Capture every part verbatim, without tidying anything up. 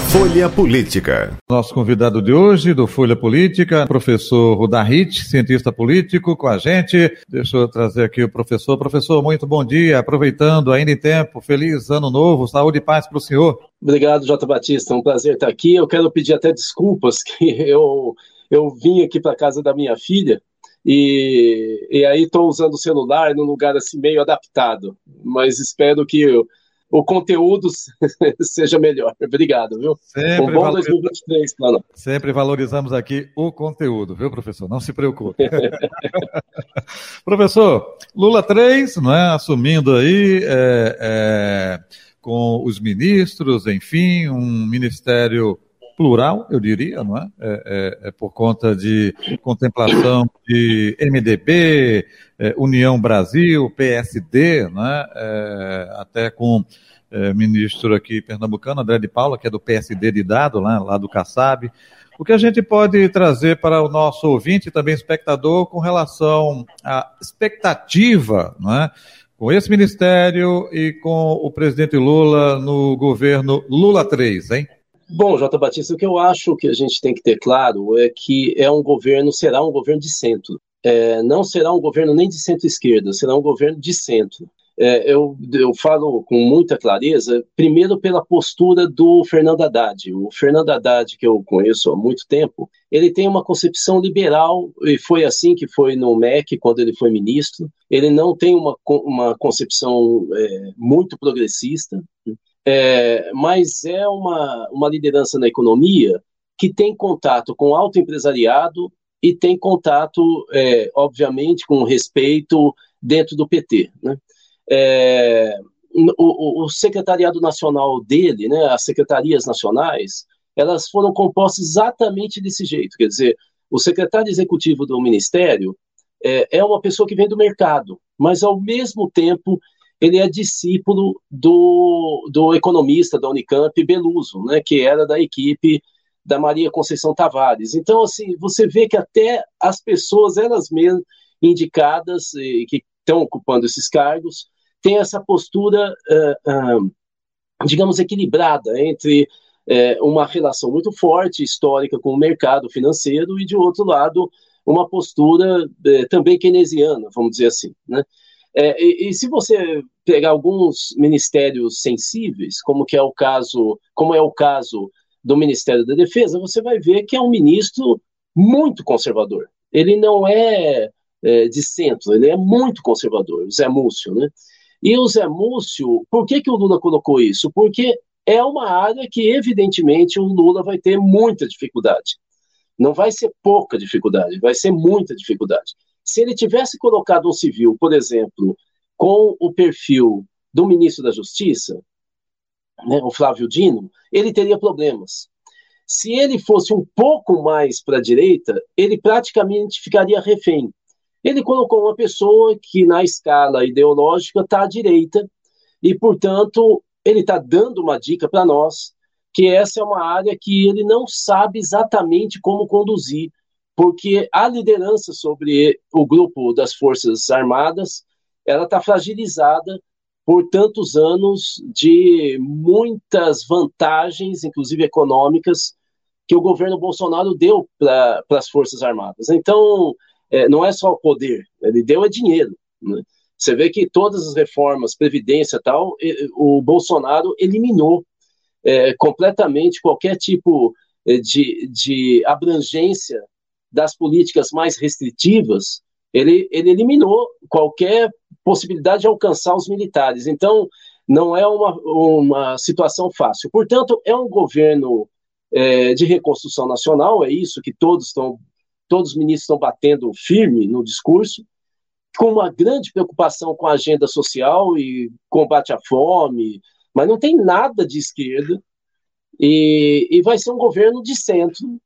Folha Política. Nosso convidado de hoje do Folha Política, professor Rudahit, cientista político, com a gente. Deixa eu trazer aqui o professor. Professor, muito bom dia. Aproveitando ainda em tempo, feliz ano novo, saúde e paz para o senhor. Obrigado, J. Batista. É um prazer estar aqui. Eu quero pedir até desculpas que eu, eu vim aqui para a casa da minha filha e, e aí estou usando o celular num lugar assim meio adaptado, mas espero que eu, o conteúdo seja melhor. Obrigado, viu? Sempre um bom valor... dois mil e vinte e três, plano. Sempre valorizamos aqui o conteúdo, viu, professor? Não se preocupe. Professor, Lula três, não é? Assumindo aí é, é, com os ministros, enfim, um ministério plural, eu diria, não é? É, é, é por conta de contemplação de M D B, é, União Brasil, P S D, não é? É, até com é, ministro aqui pernambucano, André de Paula, que é do P S D de Dado, lá, lá do Kassab. O que a gente pode trazer para o nosso ouvinte e também espectador com relação à expectativa, não é? Com esse ministério e com o presidente Lula no governo Lula três, hein? Bom, J. Batista, o que eu acho que a gente tem que ter claro é que é um governo, será um governo de centro. É, não será um governo nem de centro-esquerda, será um governo de centro. É, eu, eu falo com muita clareza, primeiro pela postura do Fernando Haddad. O Fernando Haddad, que eu conheço há muito tempo, ele tem uma concepção liberal, e foi assim que foi no M E C, quando ele foi ministro. Ele não tem uma, uma concepção é, muito progressista, É, mas é uma, uma liderança na economia que tem contato com o alto empresariado e tem contato, é, obviamente, com respeito dentro do P T, né? É, o, o secretariado nacional dele, né, as secretarias nacionais, elas foram compostas exatamente desse jeito, quer dizer, o secretário executivo do ministério é, é uma pessoa que vem do mercado, mas ao mesmo tempo ele é discípulo do, do economista da Unicamp, Beluso, né, que era da equipe da Maria Conceição Tavares. Então, assim, você vê que até as pessoas, elas mesmas indicadas, e, que estão ocupando esses cargos, têm essa postura, uh, uh, digamos, equilibrada entre uh, uma relação muito forte, histórica, com o mercado financeiro e, de outro lado, uma postura uh, também keynesiana, vamos dizer assim, né? É, e, e se você pegar alguns ministérios sensíveis, como que é o caso, como é o caso do Ministério da Defesa, você vai ver que é um ministro muito conservador. Ele não é, é de centro, ele é muito conservador, o Zé Múcio, né? E o Zé Múcio, por que que o Lula colocou isso? Porque é uma área que, evidentemente, o Lula vai ter muita dificuldade. Não vai ser pouca dificuldade, vai ser muita dificuldade. Se ele tivesse colocado um civil, por exemplo, com o perfil do ministro da Justiça, né, o Flávio Dino, ele teria problemas. Se ele fosse um pouco mais para a direita, ele praticamente ficaria refém. Ele colocou uma pessoa que, na escala ideológica, está à direita e, portanto, ele está dando uma dica para nós que essa é uma área que ele não sabe exatamente como conduzir, porque a liderança sobre o grupo das Forças Armadas, ela está fragilizada por tantos anos de muitas vantagens, inclusive econômicas, que o governo Bolsonaro deu para as Forças Armadas. Então, é, não é só o poder, ele deu é dinheiro, né? Você vê que todas as reformas, Previdência e tal, o Bolsonaro eliminou é, completamente qualquer tipo de, de abrangência das políticas mais restritivas. Ele, ele eliminou qualquer possibilidade de alcançar os militares. Então, não é uma, uma situação fácil. Portanto, é um governo é, de reconstrução nacional, é isso que todos estão, todos os ministros estão batendo firme no discurso, com uma grande preocupação com a agenda social e combate à fome, mas não tem nada de esquerda, e, e vai ser um governo de centro.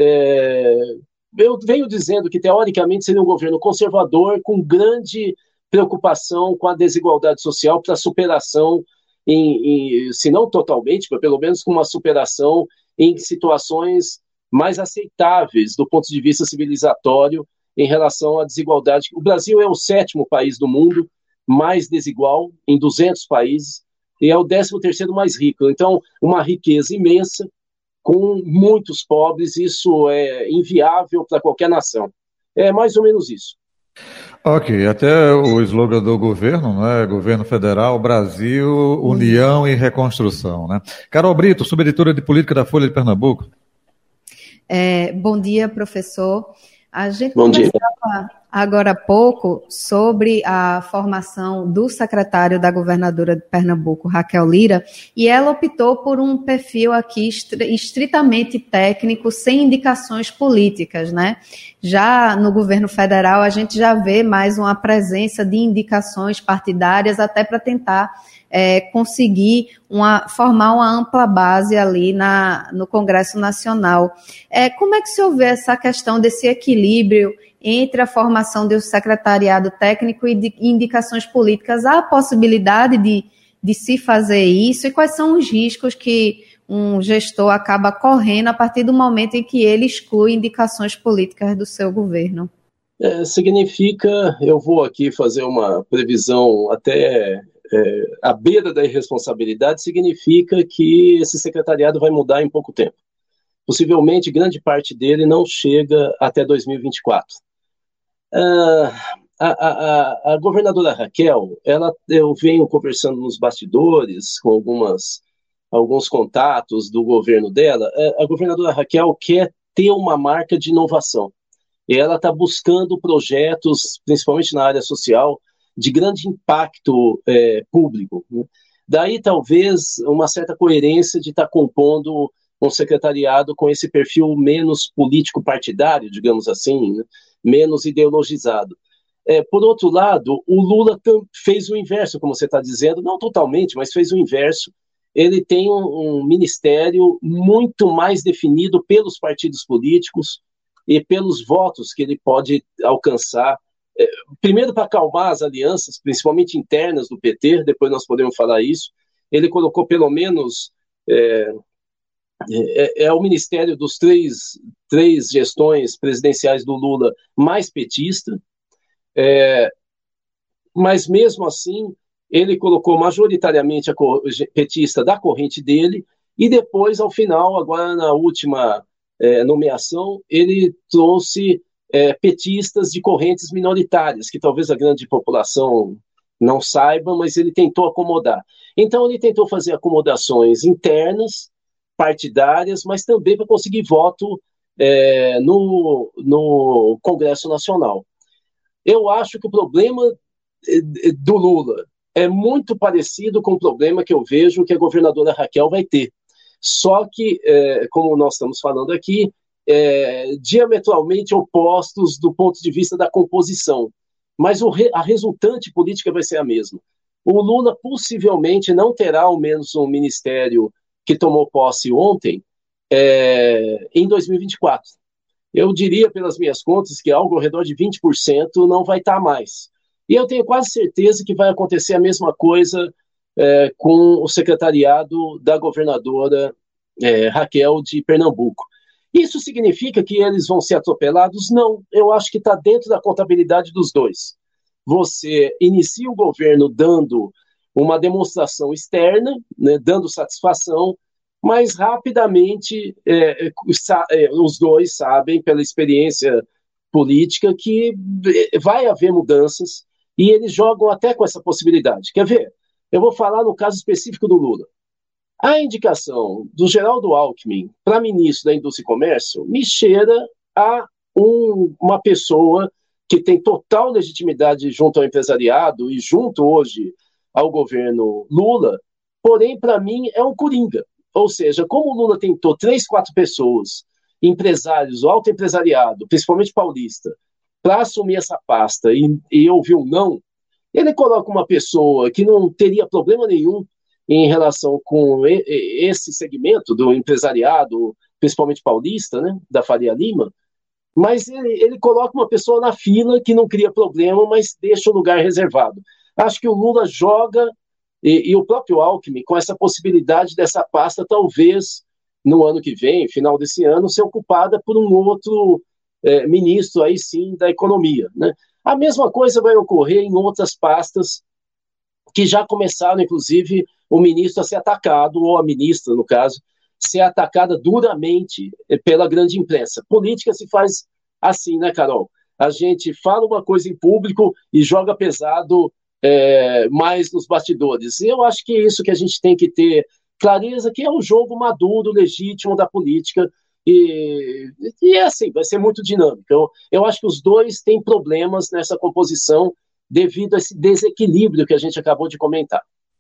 É, eu venho dizendo que, teoricamente, seria um governo conservador, com grande preocupação com a desigualdade social, para superação, em, em, se não totalmente, mas pelo menos com uma superação em situações mais aceitáveis do ponto de vista civilizatório em relação à desigualdade. O Brasil é o sétimo país do mundo mais desigual, em duzentos países, e é o décimo terceiro mais rico. Então, uma riqueza imensa, com muitos pobres. Isso é inviável para qualquer nação. É mais ou menos isso. Ok, até o slogan do governo, né? Governo Federal, Brasil, União e Reconstrução, né? Carol Brito, subeditora de Política da Folha de Pernambuco. É, bom dia, professor. A gente bom conversava dia. agora há pouco sobre a formação do secretário da governadora de Pernambuco, Raquel Lira, e ela optou por um perfil aqui estritamente técnico, sem indicações políticas, né? Já no governo federal, a gente já vê mais uma presença de indicações partidárias, até para tentar é, conseguir uma, formar uma ampla base ali na, no Congresso Nacional. É, como é que se houve essa questão desse equilíbrio entre a formação do secretariado técnico e de indicações políticas? Há a possibilidade de, de se fazer isso? E quais são os riscos que um gestor acaba correndo a partir do momento em que ele exclui indicações políticas do seu governo? É, significa, eu vou aqui fazer uma previsão até é, à beira da irresponsabilidade, significa que esse secretariado vai mudar em pouco tempo. Possivelmente, grande parte dele não chega até dois mil e vinte e quatro. Uh, a, a, a governadora Raquel, ela, eu venho conversando nos bastidores com algumas, alguns contatos do governo dela. A governadora Raquel quer ter uma marca de inovação e ela está buscando projetos, principalmente na área social, de grande impacto é, público, né? Daí talvez uma certa coerência de estar tá compondo um secretariado com esse perfil menos político-partidário, digamos assim, né? Menos ideologizado. É, por outro lado, o Lula fez o inverso, como você está dizendo, não totalmente, mas fez o inverso. Ele tem um, um ministério muito mais definido pelos partidos políticos e pelos votos que ele pode alcançar. É, primeiro, para acalmar as alianças, principalmente internas do P T, depois nós podemos falar isso. Ele colocou pelo menos... É, É, é o ministério dos três, três gestões presidenciais do Lula mais petista, é, mas mesmo assim ele colocou majoritariamente a petista da corrente dele e depois, ao final, agora na última é, nomeação, ele trouxe é, petistas de correntes minoritárias, que talvez a grande população não saiba, mas ele tentou acomodar. Então ele tentou fazer acomodações internas, partidárias, mas também para conseguir voto é, no, no Congresso Nacional. Eu acho que o problema do Lula é muito parecido com o problema que eu vejo que a governadora Raquel vai ter. Só que, é, como nós estamos falando aqui, é, diametralmente opostos do ponto de vista da composição. Mas o re, a resultante política vai ser a mesma. O Lula possivelmente não terá ao menos um ministério que tomou posse ontem, é, em dois mil e vinte e quatro. Eu diria, pelas minhas contas, que algo ao redor de vinte por cento não vai estar mais. E eu tenho quase certeza que vai acontecer a mesma coisa é, com o secretariado da governadora é, Raquel de Pernambuco. Isso significa que eles vão ser atropelados? Não, eu acho que está dentro da contabilidade dos dois. Você inicia o governo dando uma demonstração externa, né, dando satisfação, mas rapidamente é, os dois sabem, pela experiência política, que vai haver mudanças e eles jogam até com essa possibilidade. Quer ver? Eu vou falar no caso específico do Lula. A indicação do Geraldo Alckmin para ministro da Indústria e Comércio me cheira a um, uma pessoa que tem total legitimidade junto ao empresariado e junto hoje ao governo Lula, porém, para mim, é um coringa. Ou seja, como o Lula tentou três, quatro pessoas, empresários, o alto empresariado, principalmente paulista, para assumir essa pasta e, e ouvir um não, ele coloca uma pessoa que não teria problema nenhum em relação com esse segmento do empresariado, principalmente paulista, né, da Faria Lima, mas ele, ele coloca uma pessoa na fila que não cria problema, mas deixa o lugar reservado. Acho que o Lula joga, e, e o próprio Alckmin, com essa possibilidade dessa pasta, talvez, no ano que vem, final desse ano, ser ocupada por um outro é, ministro, aí sim, da economia, né? A mesma coisa vai ocorrer em outras pastas que já começaram, inclusive, o ministro a ser atacado, ou a ministra, no caso, ser atacada duramente pela grande imprensa. Política se faz assim, né, Carol? A gente fala uma coisa em público e joga pesado é, mais nos bastidores. E eu acho que é isso que a gente tem que ter clareza, que é um jogo maduro, legítimo da política, e, e é assim, vai ser muito dinâmico. Eu, eu acho que os dois têm problemas nessa composição devido a esse desequilíbrio que a gente acabou de comentar.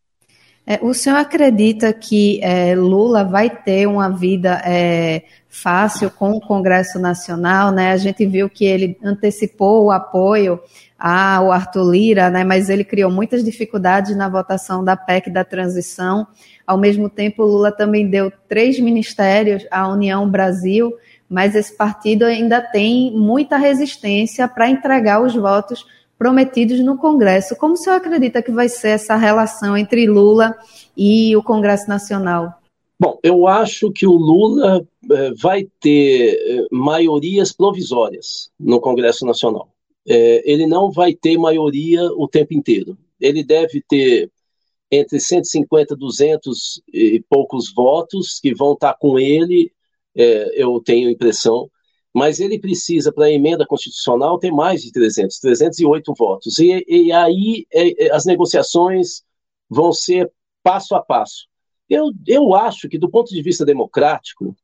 É, o senhor acredita que é, Lula vai ter uma vida é, fácil com o Congresso Nacional, né? A gente viu que ele antecipou o apoio ao Arthur Lira, né? Mas ele criou muitas dificuldades na votação da P E C da transição. Ao mesmo tempo, Lula também deu três ministérios à União Brasil, mas esse partido ainda tem muita resistência para entregar os votos prometidos no Congresso. Como o senhor acredita que vai ser essa relação entre Lula e o Congresso Nacional? Bom, eu acho que o Lula eh, vai ter eh, maiorias provisórias no Congresso Nacional. Eh, ele não vai ter maioria o tempo inteiro. Ele deve ter entre cento e cinquenta e duzentos e poucos votos que vão estar com ele, eh, eu tenho a impressão, mas ele precisa, para a emenda constitucional, ter mais de trezentos, trezentos e oito votos. E, e aí é, as negociações vão ser passo a passo. Eu, eu acho que, do ponto de vista democrático,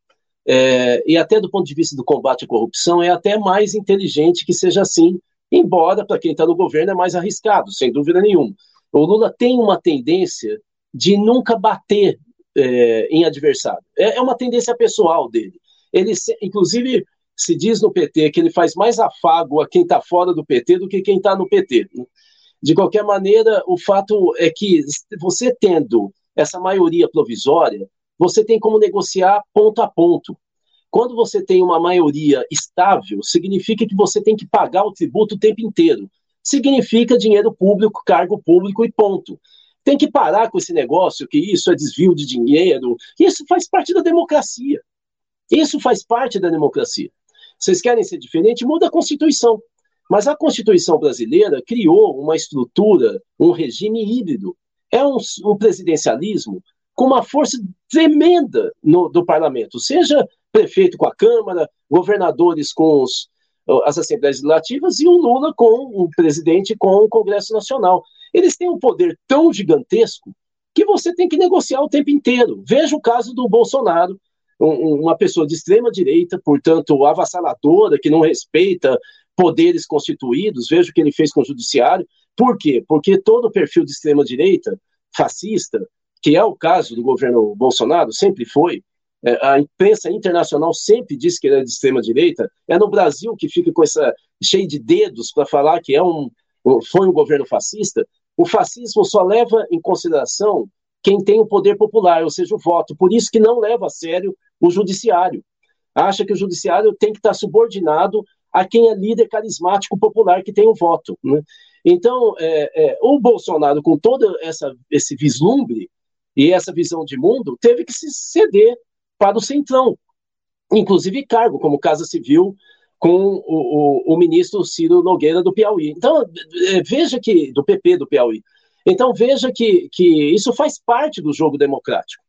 é, e até do ponto de vista do combate à corrupção, é até mais inteligente que seja assim, embora, para quem está no governo, é mais arriscado, sem dúvida nenhuma. O Lula tem uma tendência de nunca bater é, em adversário. É, é uma tendência pessoal dele. Ele, inclusive, se diz no P T que ele faz mais afago a quem está fora do P T do que quem está no P T. De qualquer maneira, o fato é que você tendo essa maioria provisória, você tem como negociar ponto a ponto. Quando você tem uma maioria estável, significa que você tem que pagar o tributo o tempo inteiro. Significa dinheiro público, cargo público e ponto. Tem que parar com esse negócio que isso é desvio de dinheiro. Isso faz parte da democracia. Isso faz parte da democracia. Vocês querem ser diferente? Muda a Constituição. Mas a Constituição brasileira criou uma estrutura, um regime híbrido. É um, um presidencialismo com uma força tremenda no, do parlamento. Seja prefeito com a Câmara, governadores com os, as Assembleias Legislativas e o Lula com o presidente com o Congresso Nacional. Eles têm um poder tão gigantesco que você tem que negociar o tempo inteiro. Veja o caso do Bolsonaro, uma pessoa de extrema-direita, portanto, avassaladora, que não respeita poderes constituídos. Veja o que ele fez com o judiciário. Por quê? Porque todo o perfil de extrema-direita, fascista, que é o caso do governo Bolsonaro, sempre foi, a imprensa internacional sempre disse que ele é de extrema-direita, é no Brasil que fica com essa cheio de dedos para falar que é um, foi um governo fascista. O fascismo só leva em consideração quem tem o poder popular, ou seja, o voto. Por isso que não leva a sério o judiciário. Acha que o judiciário tem que estar subordinado a quem é líder carismático popular que tem o voto, né? Então, é, é, o Bolsonaro, com todo essa, esse vislumbre e essa visão de mundo, teve que se ceder para o centrão, inclusive cargo, como Casa Civil, com o, o, o ministro Ciro Nogueira do Piauí. Então, é, veja que, do P P do Piauí. Então, veja que, que isso faz parte do jogo democrático.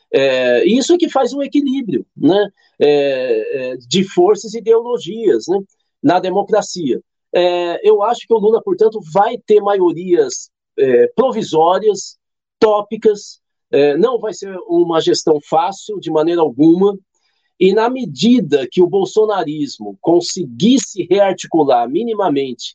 É, isso que faz um equilíbrio, né, é, de forças e ideologias, né, na democracia. É, eu acho que o Lula, portanto, vai ter maiorias é, provisórias, tópicas, é, não vai ser uma gestão fácil, de maneira alguma, e na medida que o bolsonarismo conseguisse rearticular minimamente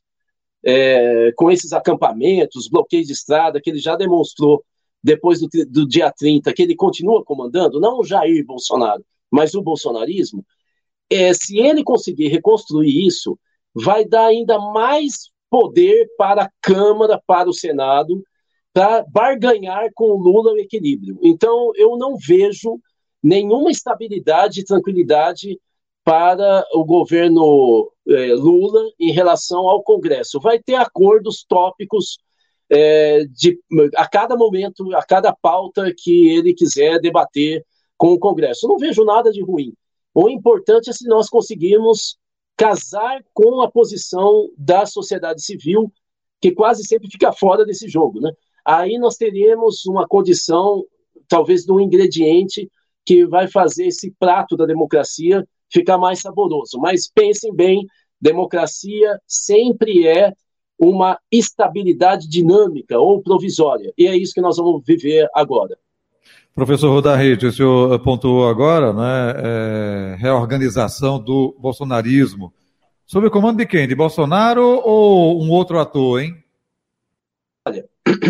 é, com esses acampamentos, bloqueios de estrada, que ele já demonstrou depois do, do dia trinta, que ele continua comandando, não o Jair Bolsonaro, mas o bolsonarismo, é, se ele conseguir reconstruir isso, vai dar ainda mais poder para a Câmara, para o Senado, para barganhar com o Lula o equilíbrio. Então, eu não vejo nenhuma estabilidade e tranquilidade para o governo é, Lula em relação ao Congresso. Vai ter acordos tópicos é, de, a cada momento, a cada pauta que ele quiser debater com o Congresso. Eu não vejo nada de ruim. O importante é se nós conseguirmos casar com a posição da sociedade civil, que quase sempre fica fora desse jogo, né? Aí nós teríamos uma condição, talvez, de um ingrediente que vai fazer esse prato da democracia ficar mais saboroso. Mas pensem bem, democracia sempre é uma estabilidade dinâmica ou provisória. E é isso que nós vamos viver agora. Professor Rodarrete, o senhor pontuou agora, né, é, reorganização do bolsonarismo. Sob o comando de quem? De Bolsonaro ou um outro ator, hein? Olha,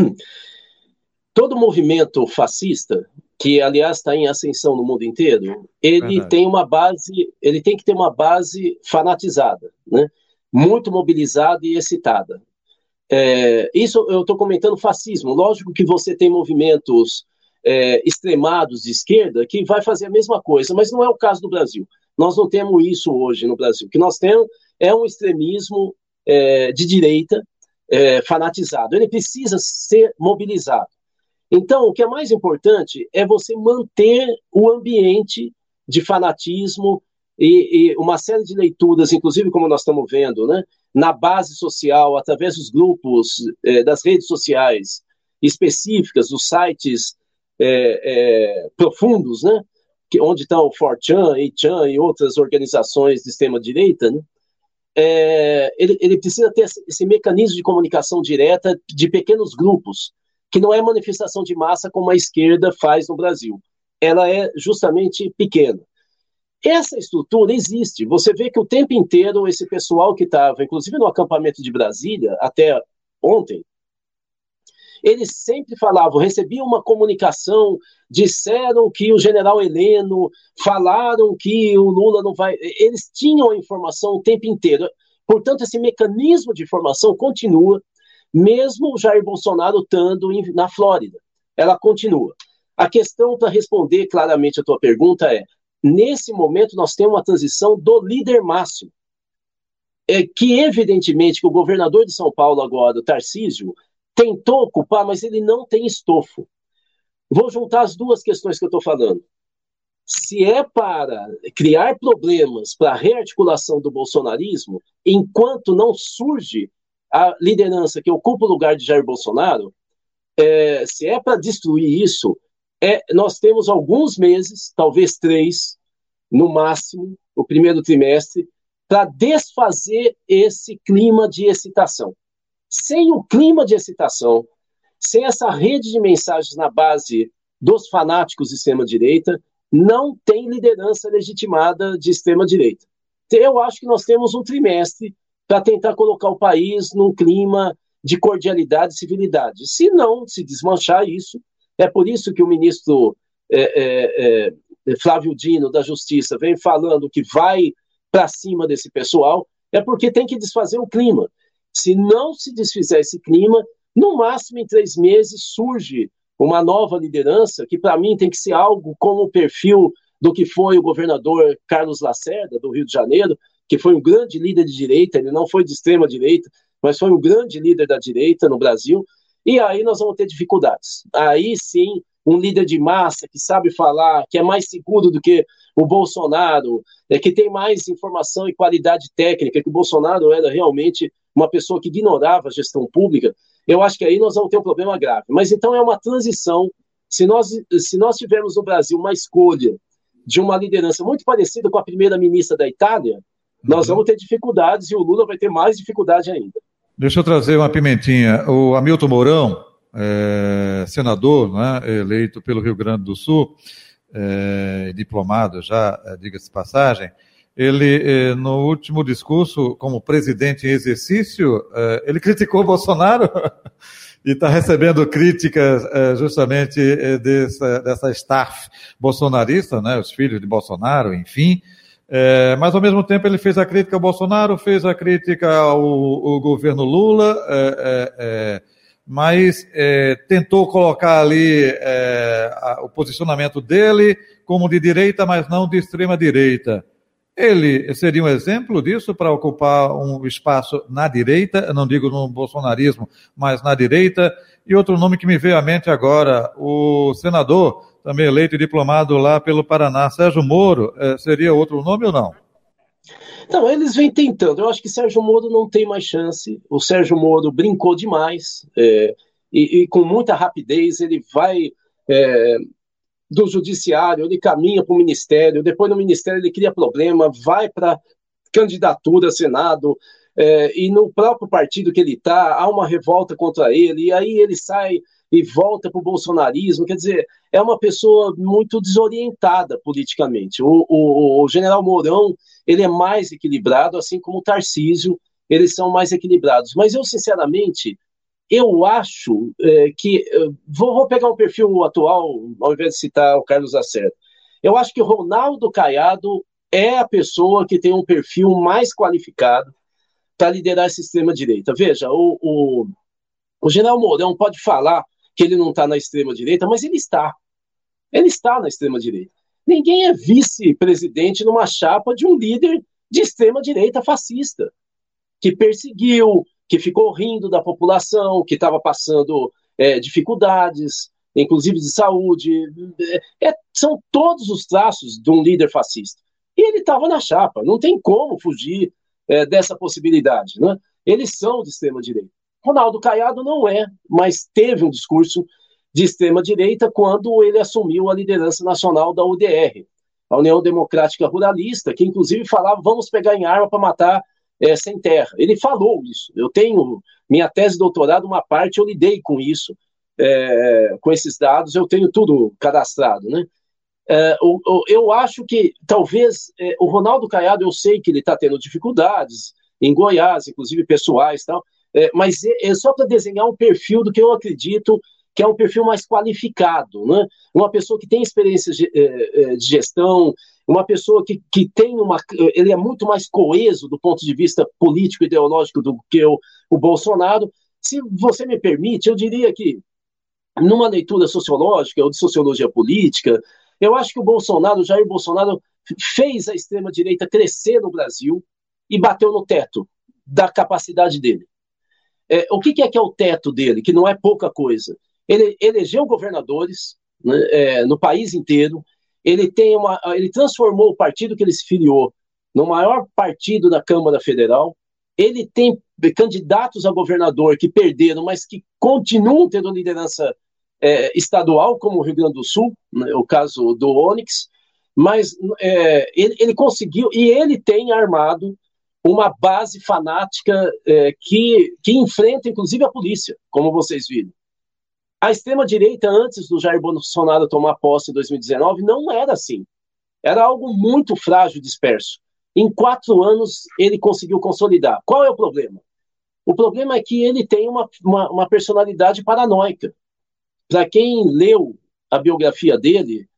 todo movimento fascista, que aliás está em ascensão no mundo inteiro, ele Verdade. tem uma base, ele tem que ter uma base fanatizada, né? Muito mobilizada e excitada. É, isso eu estou comentando fascismo. Lógico que você tem movimentos é, extremados de esquerda que vai fazer a mesma coisa, mas não é o caso do Brasil. Nós não temos isso hoje no Brasil. O que nós temos é um extremismo é, de direita é, fanatizado. Ele precisa ser mobilizado. Então, o que é mais importante é você manter o ambiente de fanatismo e, e uma série de leituras, inclusive como nós estamos vendo, né, na base social, através dos grupos, eh, das redes sociais específicas, dos sites eh, eh, profundos, né, que, onde estão o quatro chan, oito chan e outras organizações de extrema-direita, né, eh, ele, ele precisa ter esse, esse mecanismo de comunicação direta de pequenos grupos, que não é manifestação de massa como a esquerda faz no Brasil. Ela é justamente pequena. Essa estrutura existe. Você vê que o tempo inteiro esse pessoal que estava, inclusive no acampamento de Brasília, até ontem, eles sempre falavam, recebiam uma comunicação, disseram que o general Heleno, falaram que o Lula não vai... Eles tinham a informação o tempo inteiro. Portanto, esse mecanismo de informação continua, mesmo o Jair Bolsonaro estando na Flórida. Ela continua. A questão, para responder claramente a tua pergunta, é: nesse momento nós temos uma transição do líder máximo, é, que evidentemente que o governador de São Paulo agora, o Tarcísio, tentou ocupar, mas ele não tem estofo. Vou juntar as duas questões que eu estou falando. Se é para criar problemas para a rearticulação do bolsonarismo, enquanto não surge a liderança que ocupa o lugar de Jair Bolsonaro, é, se é para destruir isso, é, nós temos alguns meses, talvez três, no máximo, o primeiro trimestre, para desfazer esse clima de excitação. Sem o clima de excitação, sem essa rede de mensagens na base dos fanáticos de extrema-direita, não tem liderança legitimada de extrema-direita. Então, eu acho que nós temos um trimestre para tentar colocar o país num clima de cordialidade e civilidade. Se não se desmanchar isso, é por isso que o ministro é, é, é, Flávio Dino, da Justiça, vem falando que vai para cima desse pessoal, é porque tem que desfazer o clima. Se não se desfizer esse clima, no máximo em três meses surge uma nova liderança, que para mim tem que ser algo como o perfil do que foi o governador Carlos Lacerda, do Rio de Janeiro, que foi um grande líder de direita, ele não foi de extrema direita, mas foi um grande líder da direita no Brasil, e aí nós vamos ter dificuldades. Aí sim, um líder de massa que sabe falar, que é mais seguro do que o Bolsonaro, é, que tem mais informação e qualidade técnica, que o Bolsonaro era realmente uma pessoa que ignorava a gestão pública, eu acho que aí nós vamos ter um problema grave. Mas então é uma transição. Se nós, se nós tivermos no Brasil uma escolha de uma liderança muito parecida com a primeira-ministra da Itália, nós vamos ter dificuldades e o Lula vai ter mais dificuldade ainda. Deixa eu trazer uma pimentinha. O Hamilton Mourão, é, senador, né, eleito pelo Rio Grande do Sul, é, diplomado já, diga-se de passagem, ele, no último discurso, como presidente em exercício, ele criticou o Bolsonaro e está recebendo críticas justamente dessa, dessa staff bolsonarista, né, os filhos de Bolsonaro, enfim. É, mas, ao mesmo tempo, ele fez a crítica ao Bolsonaro, fez a crítica ao, ao governo Lula, é, é, é, mas é, tentou colocar ali é, a, o posicionamento dele como de direita, mas não de extrema-direita. Ele seria um exemplo disso para ocupar um espaço na direita, eu não digo no bolsonarismo, mas na direita. E outro nome que me veio à mente agora, o senador, também eleito e diplomado lá pelo Paraná, Sérgio Moro, seria outro nome ou não? Não, eles vêm tentando. Eu acho que Sérgio Moro não tem mais chance. O Sérgio Moro brincou demais é, e, e com muita rapidez ele vai... É, do judiciário, ele caminha para o ministério, depois no ministério ele cria problema, vai para candidatura a Senado, é, e no próprio partido que ele está, há uma revolta contra ele, e aí ele sai e volta para o bolsonarismo. Quer dizer, é uma pessoa muito desorientada politicamente. O, o, o general Mourão, ele é mais equilibrado, assim como o Tarcísio, eles são mais equilibrados. Mas eu, sinceramente, eu acho é, que... Vou, vou pegar um perfil atual, ao invés de citar o Carlos Lacerda. Eu acho que o Ronaldo Caiado é a pessoa que tem um perfil mais qualificado para liderar essa extrema-direita. Veja, o, o, o general Mourão pode falar que ele não está na extrema-direita, mas ele está. Ele está na extrema-direita. Ninguém é vice-presidente numa chapa de um líder de extrema-direita fascista, que perseguiu, que ficou rindo da população, que estava passando é, dificuldades, inclusive de saúde. É, são todos os traços de um líder fascista. E ele estava na chapa, não tem como fugir é, dessa possibilidade, né? Eles são de extrema-direita. Ronaldo Caiado não é, mas teve um discurso de extrema-direita quando ele assumiu a liderança nacional da U D R, a União Democrática Ruralista, que inclusive falava, vamos pegar em arma para matar é, sem terra. Ele falou isso. Eu tenho minha tese de doutorado, uma parte, eu lidei com isso, é, com esses dados, eu tenho tudo cadastrado, né? É, eu, eu acho que talvez é, o Ronaldo Caiado, eu sei que ele está tendo dificuldades em Goiás, inclusive pessoais e tal, é, mas é, é só para desenhar um perfil do que eu acredito que é um perfil mais qualificado, né? Uma pessoa que tem experiência de, de gestão, uma pessoa que, que tem uma... Ele é muito mais coeso do ponto de vista político e ideológico do que o, o Bolsonaro. Se você me permite, eu diria que numa leitura sociológica ou de sociologia política, eu acho que o Bolsonaro, o Jair Bolsonaro, fez a extrema-direita crescer no Brasil e bateu no teto da capacidade dele. É, o que, que é que é o teto dele? Que não é pouca coisa. Ele elegeu governadores, né, é, no país inteiro. Ele, tem uma, ele transformou o partido que ele se filiou no maior partido da Câmara Federal. Ele tem candidatos a governador que perderam, mas que continuam tendo liderança É, estadual, como o Rio Grande do Sul, né, o caso do Onyx, mas é, ele, ele conseguiu, e ele tem armado uma base fanática é, que, que enfrenta, inclusive, a polícia, como vocês viram. A extrema-direita, antes do Jair Bolsonaro tomar posse em dois mil e dezenove, não era assim. Era algo muito frágil, disperso. Em quatro anos, ele conseguiu consolidar. Qual é o problema? O problema é que ele tem uma, uma, uma personalidade paranoica. Para quem leu a biografia dele,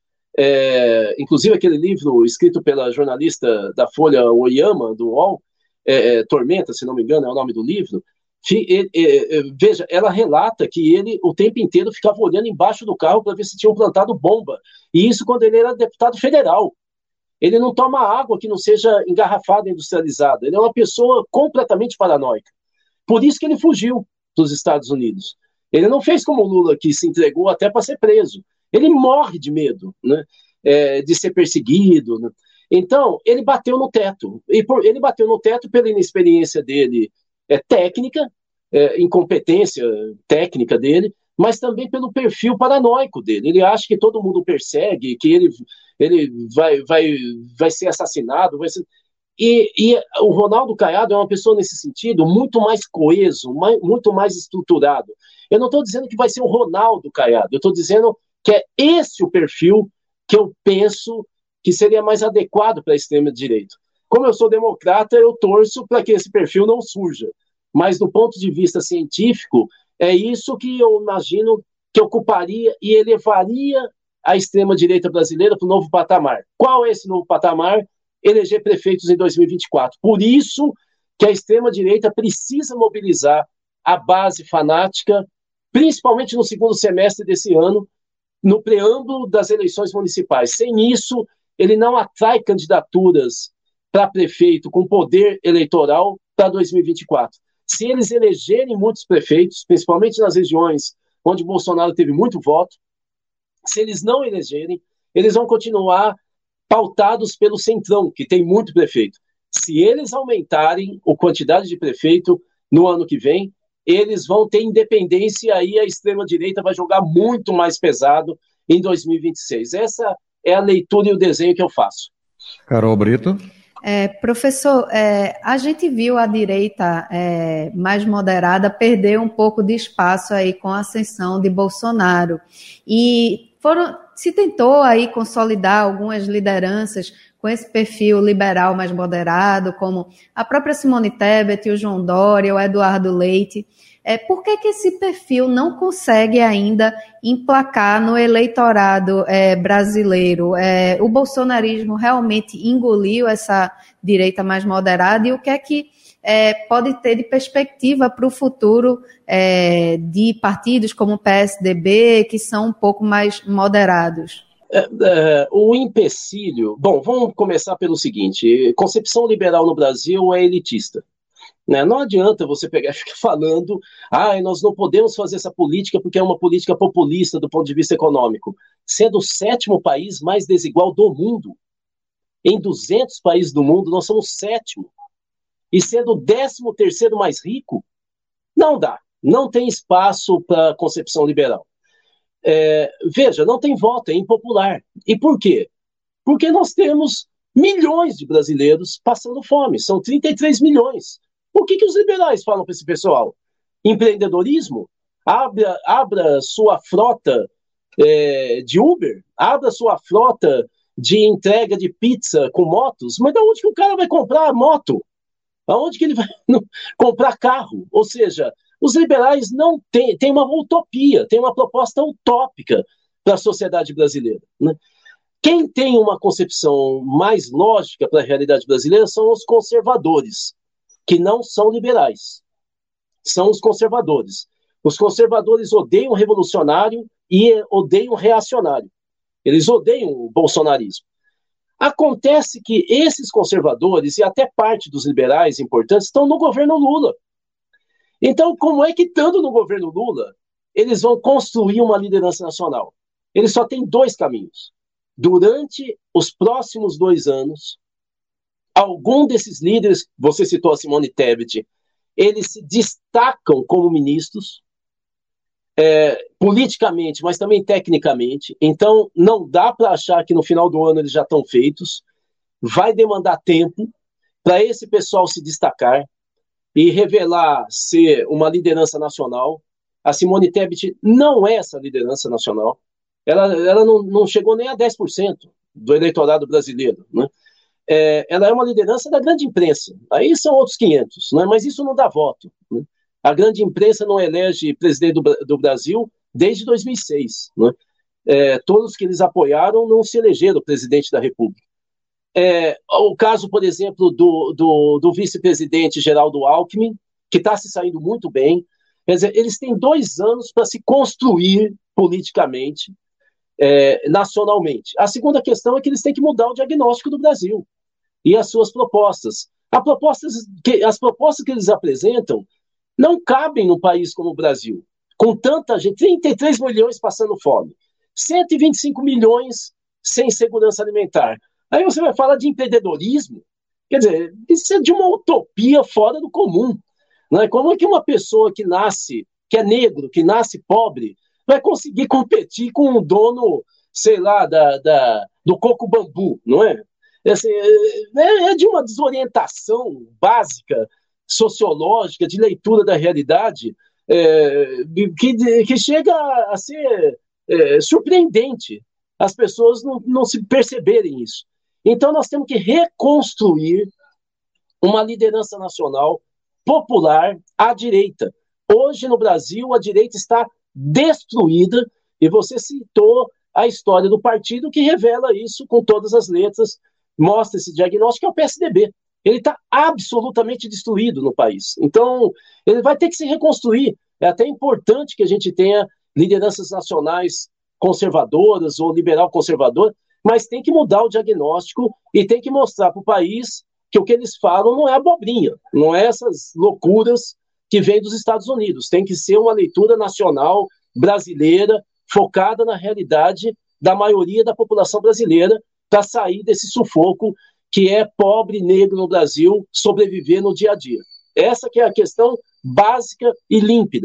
é, inclusive aquele livro escrito pela jornalista da Folha Oyama, do U O L, é, Tormenta, se não me engano, é o nome do livro, é, é, veja, ela relata que ele o tempo inteiro ficava olhando embaixo do carro para ver se tinham plantado bomba. E isso quando ele era deputado federal. Ele não toma água que não seja engarrafada, industrializada. Ele é uma pessoa completamente paranoica. Por isso que ele fugiu dos Estados Unidos. Ele não fez como o Lula, que se entregou até para ser preso. Ele morre de medo, né, é, de ser perseguido. Né? Então, ele bateu no teto. E por, ele bateu no teto pela inexperiência dele é, técnica, é, incompetência técnica dele, mas também pelo perfil paranoico dele. Ele acha que todo mundo persegue, que ele, ele vai, vai, vai ser assassinado, vai ser... E, e o Ronaldo Caiado é uma pessoa, nesse sentido, muito mais coeso, mais, muito mais estruturado. Eu não estou dizendo que vai ser o Ronaldo Caiado, eu estou dizendo que é esse o perfil que eu penso que seria mais adequado para a extrema-direita. Como eu sou democrata, eu torço para que esse perfil não surja. Mas, do ponto de vista científico, é isso que eu imagino que ocuparia e elevaria a extrema-direita brasileira para o novo patamar. Qual é esse novo patamar? Eleger prefeitos em dois mil e vinte e quatro. Por isso que a extrema-direita precisa mobilizar a base fanática, principalmente no segundo semestre desse ano, no preâmbulo das eleições municipais. Sem isso, ele não atrai candidaturas para prefeito com poder eleitoral para dois mil e vinte e quatro. Se eles elegerem muitos prefeitos, principalmente nas regiões onde Bolsonaro teve muito voto, se eles não elegerem, eles vão continuar pautados pelo Centrão, que tem muito prefeito. Se eles aumentarem a quantidade de prefeito no ano que vem, eles vão ter independência e aí a extrema-direita vai jogar muito mais pesado em dois mil e vinte e seis. Essa é a leitura e o desenho que eu faço. Carol Brito. É, professor, é, a gente viu a direita é, mais moderada perder um pouco de espaço aí com a ascensão de Bolsonaro. E foram, se tentou aí consolidar algumas lideranças com esse perfil liberal mais moderado, como a própria Simone Tebet, o João Dória, o Eduardo Leite. É, por que que esse perfil não consegue ainda emplacar no eleitorado é, brasileiro? É, o bolsonarismo realmente engoliu essa direita mais moderada, e o que é que é, pode ter de perspectiva para o futuro é, de partidos como o P S D B, que são um pouco mais moderados? É, é, o empecilho... Bom, vamos começar pelo seguinte. Concepção liberal no Brasil é elitista. Né? Não adianta você pegar e ficar falando ah, nós não podemos fazer essa política porque é uma política populista do ponto de vista econômico. Sendo o sétimo país mais desigual do mundo, em duzentos países do mundo, nós somos o sétimo. E sendo o décimo terceiro mais rico, não dá. Não tem espaço para concepção liberal. É, veja, não tem voto, é impopular. E por quê? Porque nós temos milhões de brasileiros passando fome. São trinta e três milhões. O que, que os liberais falam para esse pessoal? Empreendedorismo? Abra, abra sua frota é, de Uber, abra sua frota de entrega de pizza com motos, mas de onde que o cara vai comprar moto? Aonde que ele vai comprar carro? Ou seja, os liberais não têm, têm uma utopia, têm uma proposta utópica para a sociedade brasileira, né? Quem tem uma concepção mais lógica para a realidade brasileira são os conservadores, que não são liberais, são os conservadores. Os conservadores odeiam o revolucionário e odeiam o reacionário. Eles odeiam o bolsonarismo. Acontece que esses conservadores e até parte dos liberais importantes estão no governo Lula. Então, como é que, estando no governo Lula, eles vão construir uma liderança nacional? Eles só têm dois caminhos. Durante os próximos dois anos, algum desses líderes, você citou a Simone Tebet, eles se destacam como ministros, é, politicamente, mas também tecnicamente. Então, não dá para achar que no final do ano eles já estão feitos. Vai demandar tempo para esse pessoal se destacar e revelar ser uma liderança nacional. A Simone Tebet não é essa liderança nacional. Ela, ela não, não chegou nem a dez por cento do eleitorado brasileiro, né? É, ela é uma liderança da grande imprensa. Aí são outros quinhentos, né? Mas isso não dá voto, né? A grande imprensa não elege presidente do, do Brasil desde dois mil e seis, né? É, todos que eles apoiaram não se elegeram presidente da República. É, o caso, por exemplo, do, do, do vice-presidente Geraldo Alckmin, que está se saindo muito bem. Quer dizer, eles têm dois anos para se construir politicamente, é, nacionalmente. A segunda questão é que eles têm que mudar o diagnóstico do Brasil e as suas propostas. A propostas que, as propostas que eles apresentam não cabem num país como o Brasil, com tanta gente, trinta e três milhões passando fome, cento e vinte e cinco milhões sem segurança alimentar. Aí você vai falar de empreendedorismo? Quer dizer, isso é de uma utopia fora do comum. Não é? Como é que uma pessoa que nasce, que é negro, que nasce pobre, vai conseguir competir com um dono, sei lá, da, da, do coco bambu, não é? É, assim, é? É de uma desorientação básica, sociológica, de leitura da realidade, é, que, que chega a ser é, surpreendente as pessoas não, não se perceberem isso. Então nós temos que reconstruir uma liderança nacional popular à direita. Hoje no Brasil a direita está destruída e você citou a história do partido que revela isso com todas as letras, mostra esse diagnóstico, que é o P S D B. Ele está absolutamente destruído no país. Então ele vai ter que se reconstruir. É até importante que a gente tenha lideranças nacionais conservadoras ou liberal conservador, mas tem que mudar o diagnóstico e tem que mostrar para o país que o que eles falam não é abobrinha, não é essas loucuras que vêm dos Estados Unidos. Tem que ser uma leitura nacional, brasileira, focada na realidade da maioria da população brasileira para sair desse sufoco que é pobre negro no Brasil sobreviver no dia a dia. Essa que é a questão básica e límpida.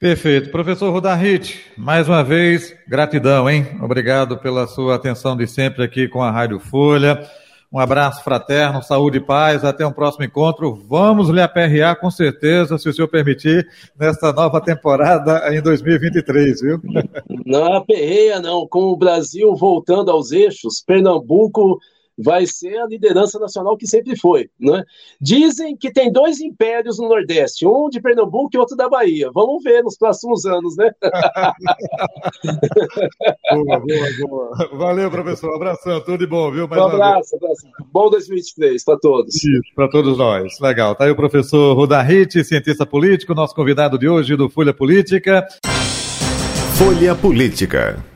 Perfeito. Professor Rudahit, mais uma vez, gratidão, hein? Obrigado pela sua atenção de sempre aqui com a Rádio Folha. Um abraço fraterno, saúde e paz, até um próximo encontro. Vamos lhe aperrear com certeza, se o senhor permitir, nesta nova temporada em dois mil e vinte e três, viu? Não aperreia não, com o Brasil voltando aos eixos, Pernambuco vai ser a liderança nacional que sempre foi, né? Dizem que tem dois impérios no Nordeste, um de Pernambuco e outro da Bahia. Vamos ver nos próximos anos, né? Boa, boa, boa. Valeu, professor. Um abração, tudo de bom, viu? Mais um abraço, abraço. Bom dois mil e vinte e três para todos. Isso, para todos nós. Legal. Tá aí o professor Rudahit, cientista político, nosso convidado de hoje do Folha Política. Folha Política.